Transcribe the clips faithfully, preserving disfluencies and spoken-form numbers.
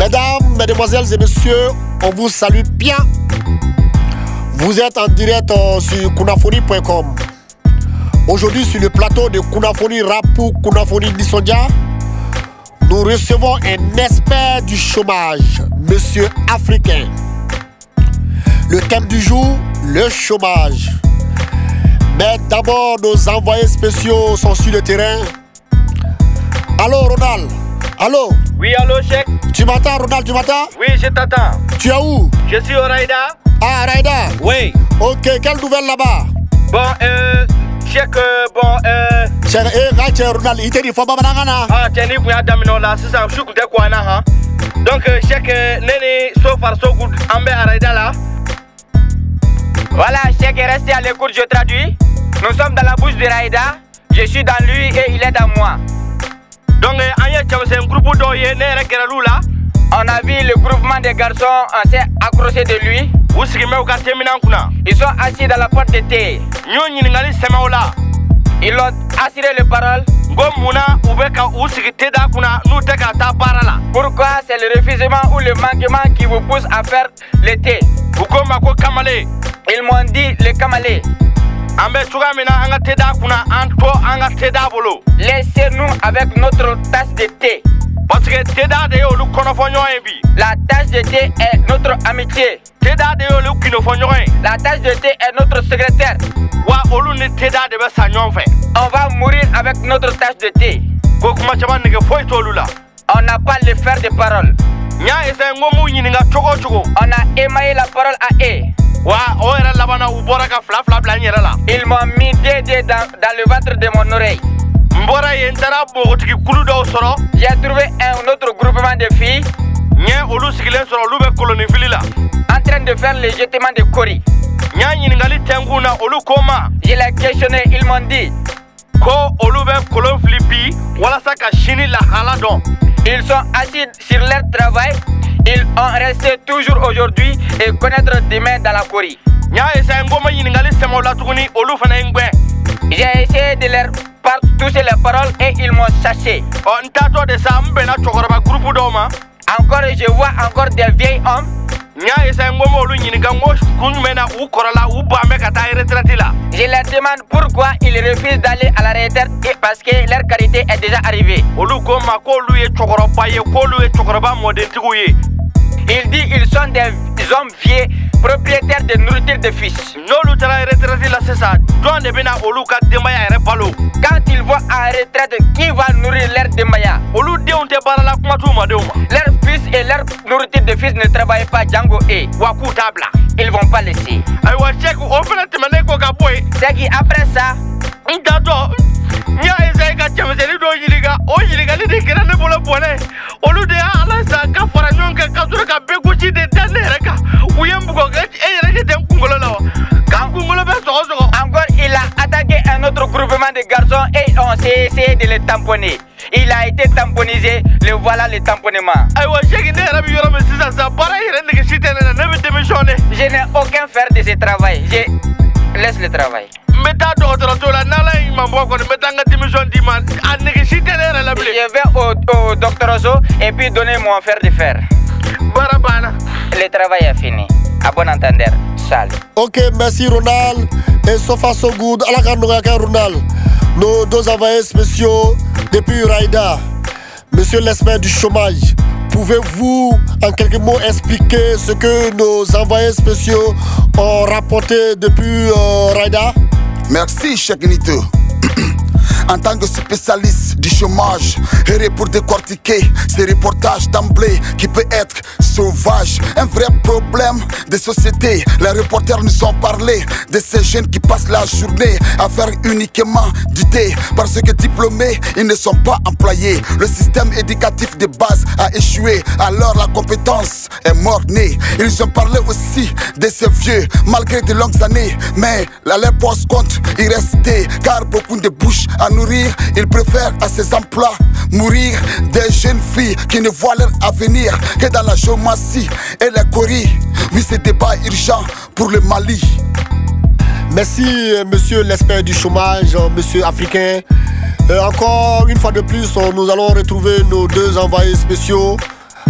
Mesdames, mesdemoiselles et messieurs, on vous salue bien. Vous êtes en direct euh, sur kunafoni point com. Aujourd'hui, sur le plateau de Kunafoni Rapou Kunafoni Nisondia, nous recevons un expert du chômage, Monsieur Africain. Le thème du jour, le chômage. Mais d'abord, nos envoyés spéciaux sont sur le terrain. Allô, Ronald? Allô? Oui, allô, Cheikh? Tu m'entends, Ronald? Tu m'entends? Oui, je t'attends. Tu es où? Je suis au Raïda. Ah, Raïda? Oui. Ok, quelle nouvelle là-bas? Bon, euh, Cheikh, euh, bon, euh... Cheikh, eh, Raïda, Ronald, il te dit, faut pas m'en Ah, tiens, il y a des domino là, c'est ça, je suis de quoi, hein? Donc, euh, Cheikh, euh, Nene, so far, so good, Ambe à Raïda là. Voilà, Cheikh est resté à l'écoute, je traduis. Nous sommes dans la bouche de Raïda. Je suis dans lui et il est dans moi. Donc, c'est un groupe d'oyer, là. On a vu le groupement des garçons, on s'est accroché de lui. Ils sont assis dans la porte de thé. Ils ont assuré les paroles. Pourquoi c'est le refusement ou le manquement qui vous pousse à faire le thé? Ils m'ont dit le kamalé. Laissez-nous avec notre tasse de thé. La tasse de thé est notre amitié. La tasse de thé est notre secrétaire. On va mourir avec notre tasse de thé. On n'a pas le fer de parole. On a émaillé la parole à E. Ils m'ont mis des dés dans, dans le ventre de mon oreille. J'ai trouvé un autre groupement de filles en train de faire le jetement de Kori. Je l'ai questionné, ils m'ont dit ils sont assis sur leur travail. Ils ont resté toujours aujourd'hui et connaître demain dans la Kori. J'ai essayé de leur toucher les paroles et ils m'ont chassé. Encore je vois encore des vieils hommes. Je leur demande pourquoi ils refusent d'aller à la retraite parce que leur carité est déjà arrivée. Il dit qu'ils sont des hommes vieux, propriétaires de nourriture de fils. Quand ils vont à la retraite, qui va nourrir leur demaya? Leurs fils et leur nourriture de fils ne travaillent pas Django et ils vont pas laisser. C'est qu'après ça, encore il a attaqué un autre groupement de garçons et on s'est essayé de le tamponner. Il a été tamponisé, le voilà le tamponnement. Je n'ai aucun faire de ce travail. Je laisse le travail. Je vais au, au docteur Ozo et puis donner mon fer de fer. Le travail est fini. À bon entendeur. Salut. Ok, merci Ronald. Et so far so good. Ronald. Nos deux envoyés spéciaux depuis Raïda. Monsieur l'expert du chômage, pouvez-vous en quelques mots expliquer ce que nos envoyés spéciaux ont rapporté depuis euh, Raïda? Merci, Cheikh Nito. En tant que spécialiste du chômage, erré pour décortiquer ces reportages d'emblée qui peut être sauvage. Un vrai problème de société. Les reporters nous ont parlé de ces jeunes qui passent la journée à faire uniquement du thé. Parce que diplômés, ils ne sont pas employés. Le système éducatif de base a échoué. Alors la compétence est mort-née. Ils ont parlé aussi de ces vieux, malgré de longues années. Mais la leur poste compte y rester. Car beaucoup de bouches à nourrir, ils préfèrent à ces emplois mourir. Des jeunes filles qui ne voient leur avenir que dans la géomatie et la Corée. Oui, ce débat urgent pour le Mali. Merci monsieur l'expert du chômage, monsieur Africain. Euh, encore une fois de plus, nous allons retrouver nos deux envoyés spéciaux.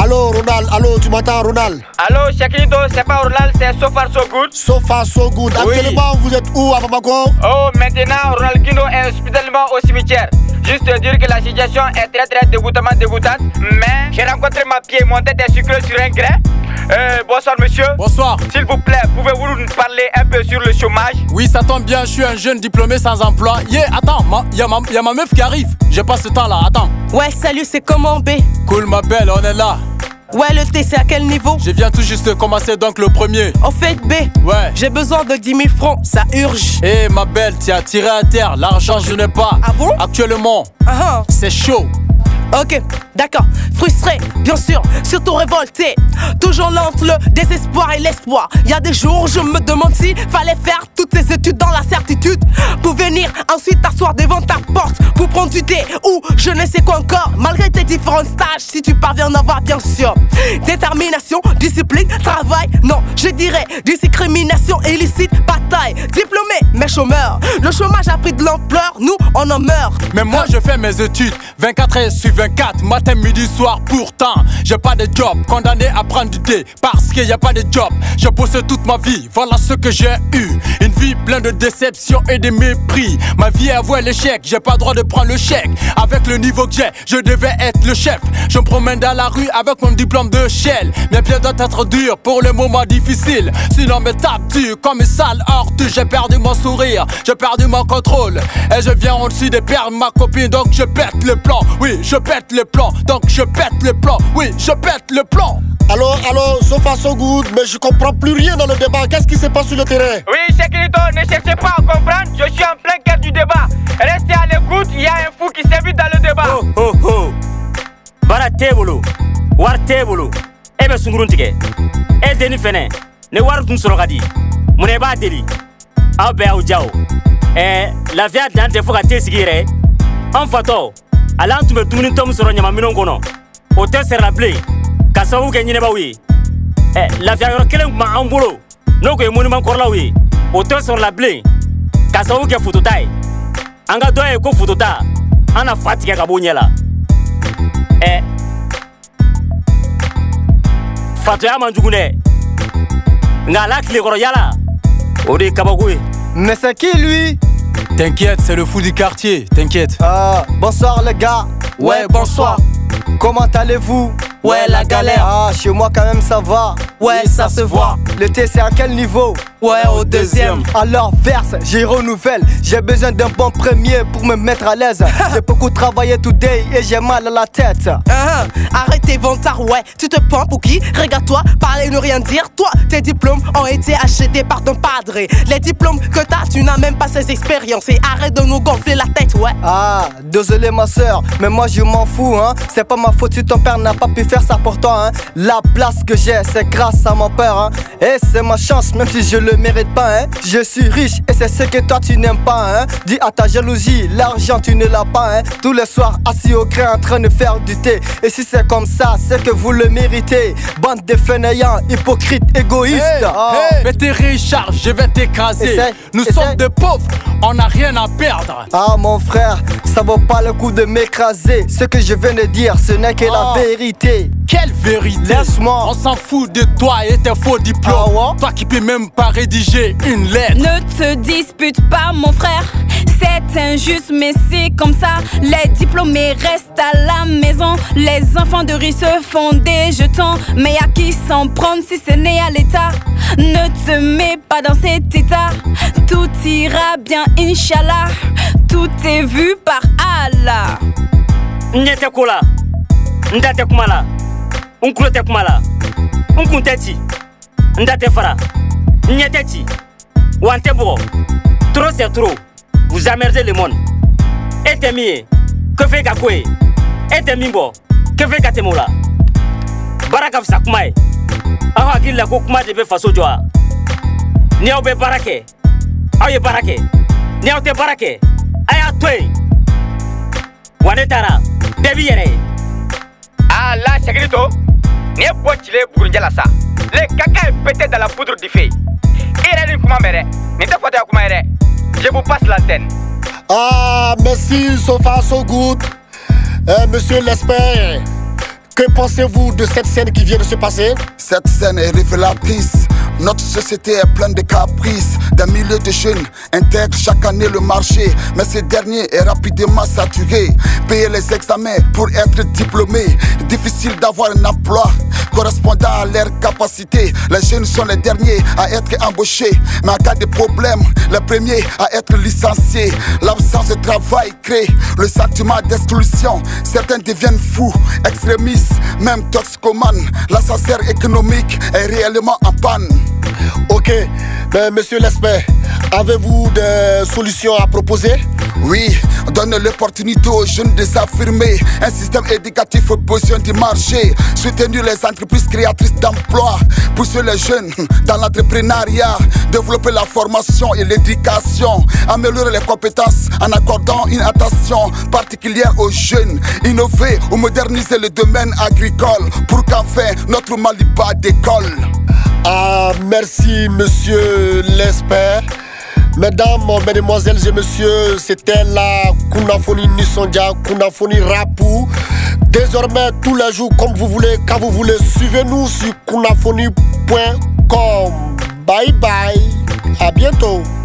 Allô Ronald, allô, tu m'entends Ronald? Allô Cheikh-Nito, c'est pas Ronald, c'est So Far So Good. So Far So Good. Oui. Actuellement, vous êtes où à Bamako? Oh, maintenant Ronald Kino est hospitalement au cimetière. Juste dire que la situation est très très dégoûtamment dégoûtante. Mais j'ai rencontré ma pied, mon tête est sucrée sur un grain. Euh, bonsoir monsieur. Bonsoir. S'il vous plaît, pouvez-vous nous parler un peu sur le chômage? Oui, ça tombe bien, je suis un jeune diplômé sans emploi. Yeah, attends, il y, y a ma meuf qui arrive. J'ai pas ce temps là, attends. Ouais, salut, c'est comment B? Cool ma belle, on est là. Ouais, le T, c'est à quel niveau? Je viens tout juste de commencer, donc le premier. Au fait, B, ouais, j'ai besoin de dix mille francs, ça urge. Eh ma belle, tu as tiré à terre, l'argent je n'ai pas. Ah bon? Actuellement, uh-huh. C'est chaud. Ok, d'accord, frustré, bien sûr, surtout révolté. Toujours l'entre le désespoir et l'espoir. Il y a des jours, je me demande s'il fallait faire toutes ces études dans la certitude pour venir ensuite t'asseoir devant ta porte pour prendre du thé ou je ne sais quoi encore. Malgré tes différents stages, si tu parviens à avoir bien sûr détermination, discipline, travail, non, je dirais discrimination illicite, bataille, diplômé, mais chômeur. Le chômage a pris de l'ampleur, nous on en meurt. Mais moi je fais mes études vingt-quatre heures sur vingt-quatre, matin, midi, soir. Pourtant, j'ai pas de job, condamné à prendre du thé parce qu'il y a pas de job. J'ai bossé toute ma vie, voilà ce que j'ai eu. Une vie pleine de déceptions et de mépris. Ma vie a avoué l'échec, j'ai pas le droit de prendre le chèque. Avec le niveau que j'ai, je devais être le chef. Je me promène dans la rue avec mon diplôme de Shell. Mes pieds doivent être durs pour les moments difficiles. Sinon me tape dur comme une sale ortie. J'ai perdu mon sourire, j'ai perdu mon contrôle. Et je viens aussi de perdre ma copine, donc je pète le plan. Oui, je pète le plan, donc je pète le plan. Oui, je pète le plan. Allô, allô, So Far So Good, mais je comprends plus rien dans le débat. Qu'est-ce qui se passe sur le terrain? Oui, Cheikh-Nito, ne cherchez pas à comprendre, je suis en plein cœur du débat. Restez à l'écoute, il y a un fou qui s'invite dans le débat. Oh, oh, oh. Bara tebulu, war tebulu. Ebe sungurun tige. E deni fene, ne war dun sorogadi. Mune ba deli. Aw be aw jaw. Eh, la vie dante fo ka te sigire. En fato, ala antume dumuni tom soro nyama minon kono. O te sera ble. Ka sawu ke nyine ba wi. Eh, la vie yoro kelen ma ambulo. No ko e monument korla wi. O te soro la ble. Ka sawu ke fututai. Anga do e ko fututa. Ana fatike ka bonyela. Eh, Fatoya Manjugune Ngala Klegoro Yala Ode Kabagoué. Mais c'est qui lui? T'inquiète, c'est le fou du quartier, t'inquiète. Ah, bonsoir les gars. Ouais, bonsoir. Comment allez-vous? Ouais, la galère. Ah, chez moi quand même ça va. Ouais, Oui, ça se voit. Le thé c'est à quel niveau? Ouais, au deuxième. Alors verse, j'ai renouvelle. J'ai besoin d'un bon premier pour me mettre à l'aise. J'ai beaucoup travaillé today et j'ai mal à la tête. Uh-huh. Arrête tes vantards, ouais. Tu te prends pour qui? Regarde-toi, parler ne rien dire. Toi, tes diplômes ont été achetés par ton padre. Les diplômes que t'as, tu n'as même pas ces expériences. Et arrête de nous gonfler la tête, ouais. Ah, désolé ma soeur, mais moi je m'en fous, hein. C'est pas ma faute si ton père n'a pas pu faire ça pour toi, hein. La place que j'ai, c'est grâce à mon père, hein. Et c'est ma chance, même si je le mérite pas, hein. Je suis riche et c'est ce que toi tu n'aimes pas, hein. Dis à ta jalousie, l'argent tu ne l'as pas, hein. Tous les soirs assis au grain en train de faire du thé. Et si c'est comme ça, c'est que vous le méritez. Bande de fainéants, hypocrites, égoïstes. Hey, Ah. hey. Mais t'es Richard, je vais t'écraser. Essaye, Nous essaye. sommes des pauvres, on n'a rien à perdre. Ah mon frère, ça vaut pas le coup de m'écraser. Ce que je viens de dire, ce n'est que Ah. la vérité. Quelle vérité! Laisse-moi. On s'en fout de toi et tes faux diplômes. Ah ouais? Toi qui peux même pas rédiger une lettre. Ne te dispute pas mon frère, c'est injuste mais c'est comme ça. Les diplômés restent à la maison, les enfants de riz se font des jetons. Mais à qui s'en prendre si c'est né à l'état? Ne te mets pas dans cet état, tout ira bien Inch'Allah. Tout est vu par Allah. Nyete kola. Ndate kumala. Unkulote kumala. Unkunteti. Ndate fara. Nyeteti. Wante bro. Trop c'est trop. Vous emmerdez le monde. Et t'es mié. Que fait Gakoué? Et t'es mimbo. Que fait Gatemola? Baraka Sakumae. Awa gilla kokuma de be faso joa. Ni obe barake. Aye barake. Ni ote barake. Aya toi. Wanetara. Debi yere. Ah là, Cheikh-Nito, n'est pas chile Burundjala ça. Le caca est pété dans la poudre du feu. Il est une comment mere. N'est pas faute à comment mere. Je vous passe l'antenne. Ah, merci, So Far So Good. Euh, monsieur l'expert, Que pensez-vous de cette scène qui vient de se passer? Cette scène est révélatrice. Notre société est pleine de caprices. Des milliers de jeunes intègrent chaque année le marché, mais ce dernier est rapidement saturé. Payer les examens pour être diplômé, difficile d'avoir un emploi correspondant à leurs capacités. Les jeunes sont les derniers à être embauchés, mais en cas de problème, les premiers à être licenciés. L'absence de travail crée le sentiment d'exclusion. Certains deviennent fous, extrémistes, même toxicomanes. L'ascenseur économique est réellement en panne. Ok, mais monsieur Lespé, avez-vous des solutions à proposer? Oui, donne l'opportunité aux jeunes de s'affirmer. Un système éducatif aux besoins du marché. Soutenir les entreprises créatrices d'emplois. Pousser les jeunes dans l'entrepreneuriat. Développer la formation et l'éducation. Améliorer les compétences en accordant une attention particulière aux jeunes. Innover ou moderniser le domaine agricole pour qu'enfin notre Maliba décolle. Ah, merci monsieur Lespé. Mesdames, mesdemoiselles et messieurs, c'était la Kunafoni Nisondia, Kunafoni Rapou. Désormais, tous les jours, comme vous voulez, quand vous voulez, suivez-nous sur kunafoni point com. Bye bye, à bientôt.